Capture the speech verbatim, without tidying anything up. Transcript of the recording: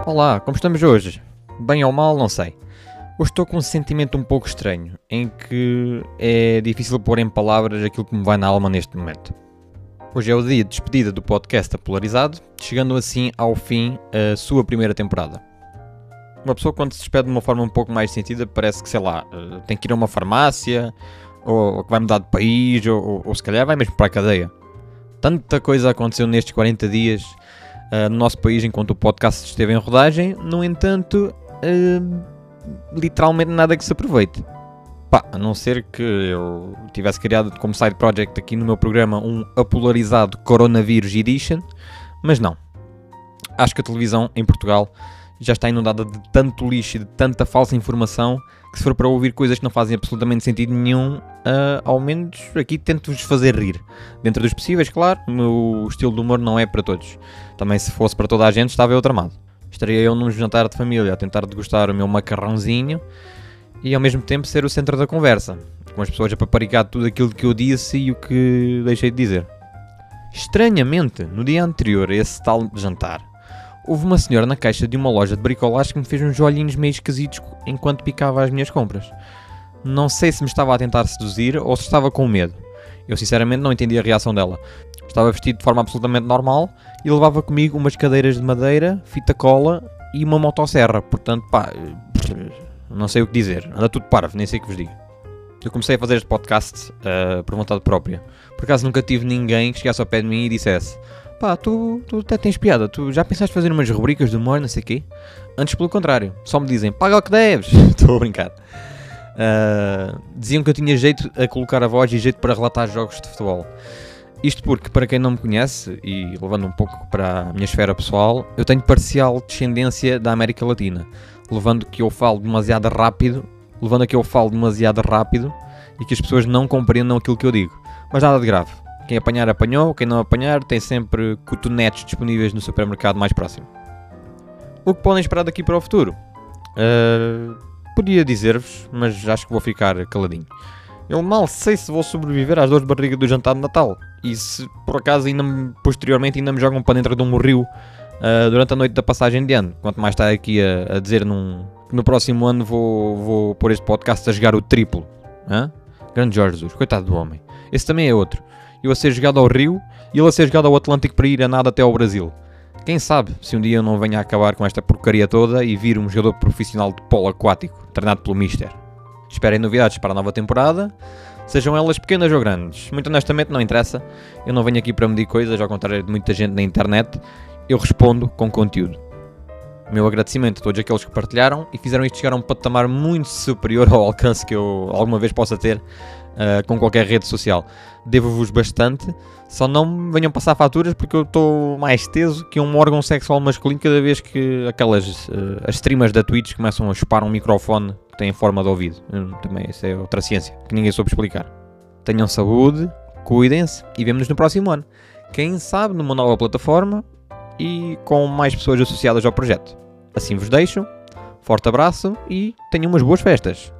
Olá, como estamos hoje? Bem ou mal, não sei. Hoje estou com um sentimento um pouco estranho, em que é difícil pôr em palavras aquilo que me vai na alma neste momento. Hoje é o dia de despedida do podcast Apolarizado, chegando assim ao fim a sua primeira temporada. Uma pessoa quando se despede de uma forma um pouco mais sentida parece que, sei lá, tem que ir a uma farmácia, ou que vai mudar de país, ou, ou, ou se calhar vai mesmo para a cadeia. Tanta coisa aconteceu nestes quarenta dias uh, no nosso país enquanto o podcast esteve em rodagem, no entanto, uh, literalmente nada que se aproveite. Pá, a não ser que eu tivesse criado como side project aqui no meu programa um apolarizado Coronavírus Edition, mas não. Acho que a televisão em Portugal já está inundada de tanto lixo e de tanta falsa informação que se for para ouvir coisas que não fazem absolutamente sentido nenhum, uh, ao menos aqui tento-vos fazer rir. Dentro dos possíveis, claro, o meu estilo de humor não é para todos. Também se fosse para toda a gente estava eu tramado. Estaria eu num jantar de família a tentar degustar o meu macarrãozinho e ao mesmo tempo ser o centro da conversa, com as pessoas a paparicar tudo aquilo que eu disse e o que deixei de dizer. Estranhamente, no dia anterior a esse tal jantar, houve uma senhora na caixa de uma loja de bricolagem que me fez uns olhinhos meio esquisitos enquanto picava as minhas compras. Não sei se me estava a tentar seduzir ou se estava com medo. Eu sinceramente não entendi a reação dela. Estava vestido de forma absolutamente normal e levava comigo umas cadeiras de madeira, fita cola e uma motosserra. Portanto, pá, não sei o que dizer. Anda tudo parvo, nem sei o que vos digo. Eu comecei a fazer este podcast uh, por vontade própria. Por acaso nunca tive ninguém que chegasse ao pé de mim e dissesse: pá, tu, tu até tens piada, tu já pensaste fazer umas rubricas de humor, não sei o quê? Antes pelo contrário, só me dizem, paga o que deves. Estou a brincar. Uh, diziam que eu tinha jeito a colocar a voz e jeito para relatar jogos de futebol. Isto porque, para quem não me conhece, e levando um pouco para a minha esfera pessoal, eu tenho parcial descendência da América Latina, levando que eu falo demasiado rápido, levando a que eu falo demasiado rápido e que as pessoas não compreendam aquilo que eu digo. Mas nada de grave. Quem apanhar, apanhou. Quem não apanhar, tem sempre cotonetes disponíveis no supermercado mais próximo. O que podem esperar daqui para o futuro? Uh, podia dizer-vos, mas acho que vou ficar caladinho. Eu mal sei se vou sobreviver às dores de barriga do jantar de Natal. E se por acaso ainda me, posteriormente ainda me jogam para dentro de um rio uh, durante a noite da passagem de ano. Quanto mais está aqui a, a dizer num, que no próximo ano vou, vou pôr este podcast a jogar o triplo. Hã? Grande Jorge Jesus, coitado do homem. Esse também é outro. Eu a ser jogado ao Rio e ele a ser jogado ao Atlântico para ir a nada até ao Brasil. Quem sabe se um dia eu não venha a acabar com esta porcaria toda e vir um jogador profissional de polo aquático, treinado pelo Mister. Esperem novidades para a nova temporada, sejam elas pequenas ou grandes. Muito honestamente não interessa, eu não venho aqui para medir coisas, ao contrário de muita gente na internet, eu respondo com conteúdo. Meu agradecimento a todos aqueles que partilharam e fizeram isto chegar a um patamar muito superior ao alcance que eu alguma vez possa ter uh, com qualquer rede social. Devo-vos bastante, só não me venham passar faturas porque eu estou mais teso que um órgão sexual masculino cada vez que aquelas uh, as streamers da Twitch começam a chupar um microfone que tem forma de ouvido. Eu, também, isso é outra ciência que ninguém soube explicar. Tenham saúde, cuidem-se e vemo-nos no próximo ano. Quem sabe numa nova plataforma e com mais pessoas associadas ao projeto. Assim vos deixo, forte abraço e tenham umas boas festas.